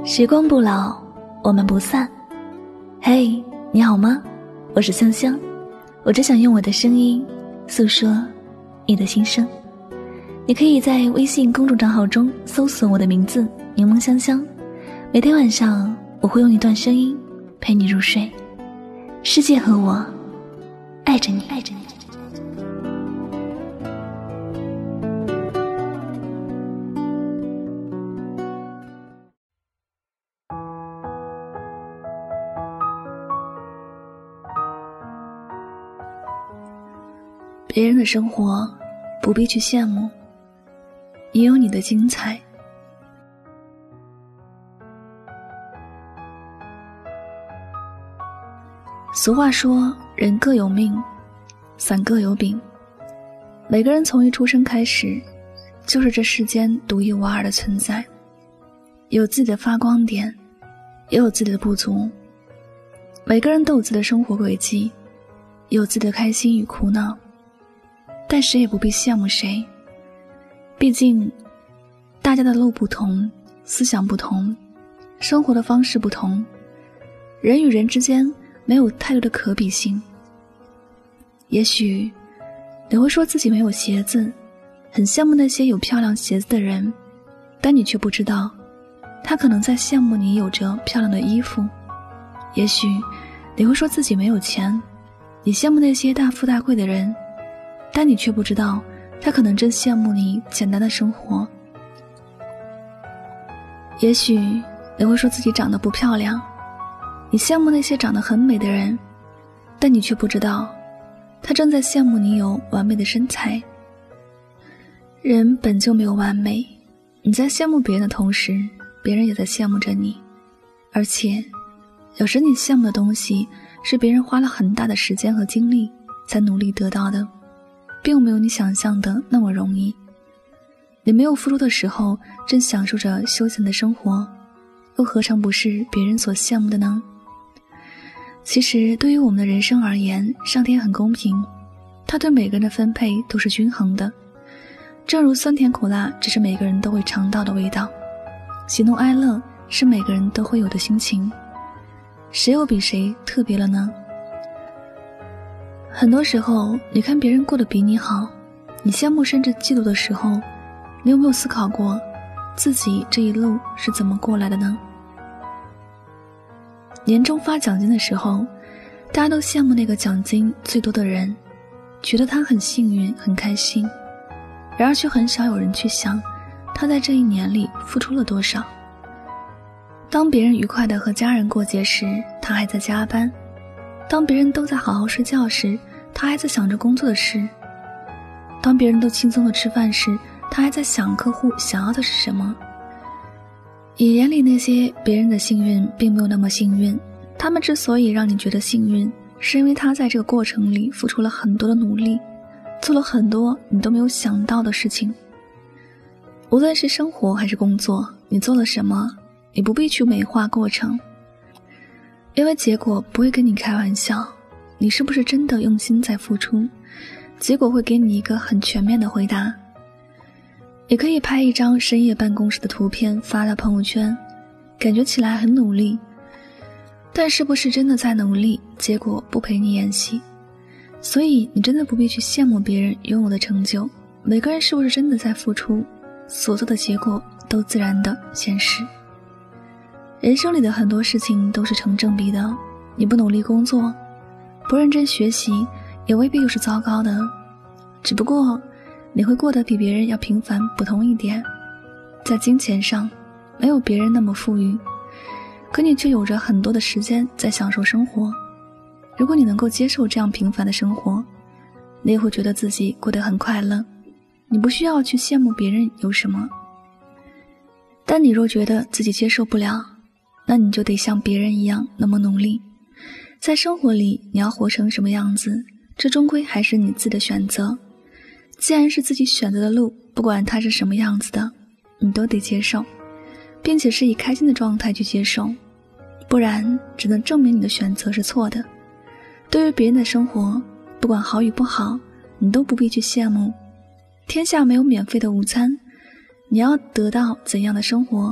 时光不老，我们不散。嘿，你好吗？我是香香，我只想用我的声音诉说你的心声。你可以在微信公众账号中搜索我的名字柠檬香香，每天晚上我会用一段声音陪你入睡。世界和我爱着你，爱着你。别人的生活不必去羡慕，也有你的精彩。俗话说，人各有命，伞各有柄。每个人从一出生开始，就是这世间独一无二的存在，有自己的发光点，也有自己的不足。每个人都有自己的生活轨迹，有自己的开心与苦恼。但谁也不必羡慕谁，毕竟大家的路不同，思想不同，生活的方式不同，人与人之间没有太多的可比性。也许你会说自己没有鞋子，很羡慕那些有漂亮鞋子的人，但你却不知道，他可能在羡慕你有着漂亮的衣服。也许你会说自己没有钱，你羡慕那些大富大贵的人，但你却不知道，他可能真羡慕你简单的生活。也许你会说自己长得不漂亮，你羡慕那些长得很美的人，但你却不知道，他正在羡慕你有完美的身材。人本就没有完美，你在羡慕别人的同时，别人也在羡慕着你。而且有时你羡慕的东西，是别人花了很大的时间和精力才努力得到的，并没有你想象的那么容易。你没有付出的时候，正享受着休闲的生活，又何尝不是别人所羡慕的呢？其实对于我们的人生而言，上天很公平，他对每个人的分配都是均衡的。正如酸甜苦辣只是每个人都会尝到的味道，喜怒哀乐是每个人都会有的心情，谁又比谁特别了呢？很多时候你看别人过得比你好，你羡慕甚至嫉妒的时候，你有没有思考过自己这一路是怎么过来的呢？年终发奖金的时候，大家都羡慕那个奖金最多的人，觉得他很幸运很开心，然而却很少有人去想他在这一年里付出了多少。当别人愉快地和家人过节时，他还在加班；当别人都在好好睡觉时，他还在想着工作的事；当别人都轻松地吃饭时，他还在想客户想要的是什么。你眼里那些别人的幸运并没有那么幸运，他们之所以让你觉得幸运，是因为他在这个过程里付出了很多的努力，做了很多你都没有想到的事情。无论是生活还是工作，你做了什么，你不必去美化过程，因为结果不会跟你开玩笑，你是不是真的用心在付出，结果会给你一个很全面的回答。也可以拍一张深夜办公室的图片发到朋友圈，感觉起来很努力，但是不是真的在努力，结果不陪你演戏。所以你真的不必去羡慕别人拥有的成就，每个人是不是真的在付出，所做的结果都自然的现实。人生里的很多事情都是成正比的，你不努力工作，不认真学习，也未必又是糟糕的，只不过你会过得比别人要平凡普通一点。在金钱上没有别人那么富裕，可你却有着很多的时间在享受生活。如果你能够接受这样平凡的生活，你也会觉得自己过得很快乐，你不需要去羡慕别人有什么。但你若觉得自己接受不了，那你就得像别人一样那么努力。在生活里你要活成什么样子，这终归还是你自己的选择。既然是自己选择的路，不管它是什么样子的，你都得接受，并且是以开心的状态去接受，不然只能证明你的选择是错的。对于别人的生活，不管好与不好，你都不必去羡慕。天下没有免费的午餐，你要得到怎样的生活，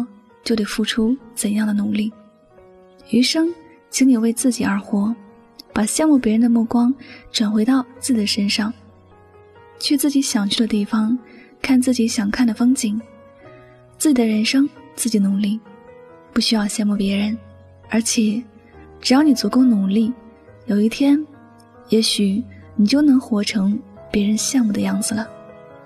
就得付出怎样的努力。余生请你为自己而活，把羡慕别人的目光转回到自己的身上，去自己想去的地方，看自己想看的风景。自己的人生自己努力，不需要羡慕别人，而且只要你足够努力，有一天也许你就能活成别人羡慕的样子了。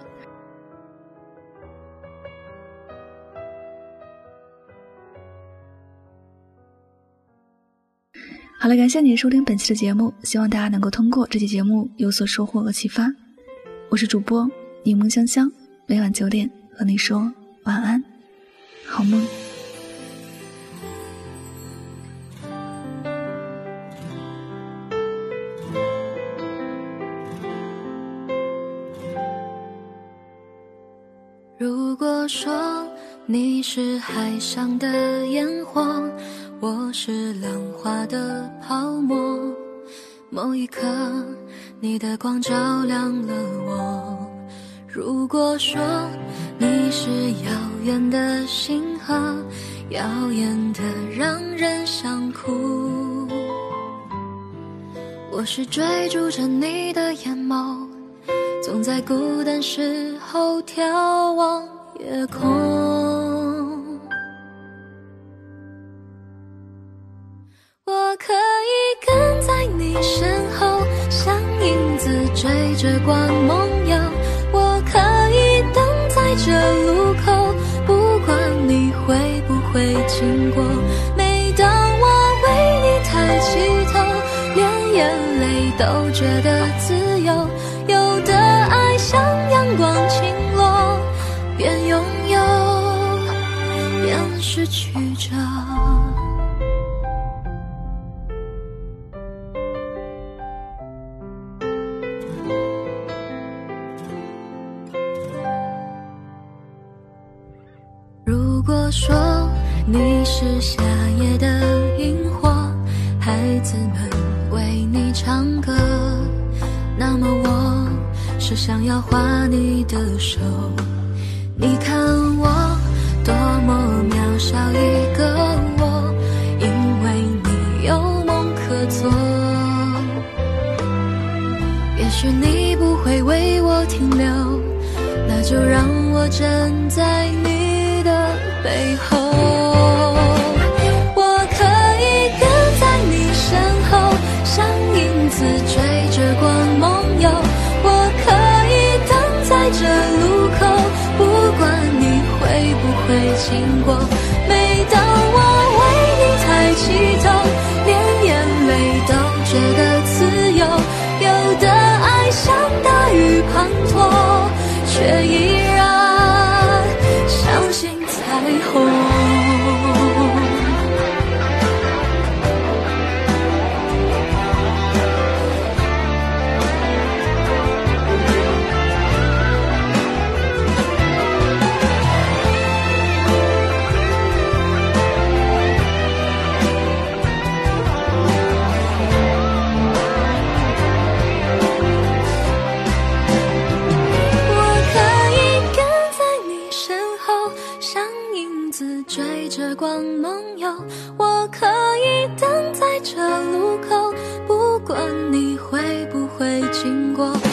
好了，感谢你收听本期的节目，希望大家能够通过这期节目有所收获和启发。我是主播柠檬香香，每晚9点和你说晚安，好梦。 如果说你是海上的烟火，我是浪花的泡沫，某一刻你的光照亮了我。如果说你是遥远的星河，耀眼的让人想哭，我是追逐着你的眼眸，总在孤单时候眺望夜空。我可以跟在你身后，像影子追着光梦游。我可以等在这路口，不管你会不会经过。每当我为你抬起头，连眼泪都觉得自由。有的爱像阳光倾落，边拥有边失去着。如果说你是夏夜的萤火，孩子们为你唱歌，那么我是想要画你的手。你看我多么渺小一个我，因为你有梦可做。也许你不会为我停留，那就让我站在你的背后。我可以跟在你身后，像影子追着光梦游。我可以等在这路口，不管你会不会经过。每当我为你抬起头，连眼泪都觉得自由。有的爱像大雨滂沱，却依然相信彩虹。追着光梦游，我可以等在这路口，不管你会不会经过。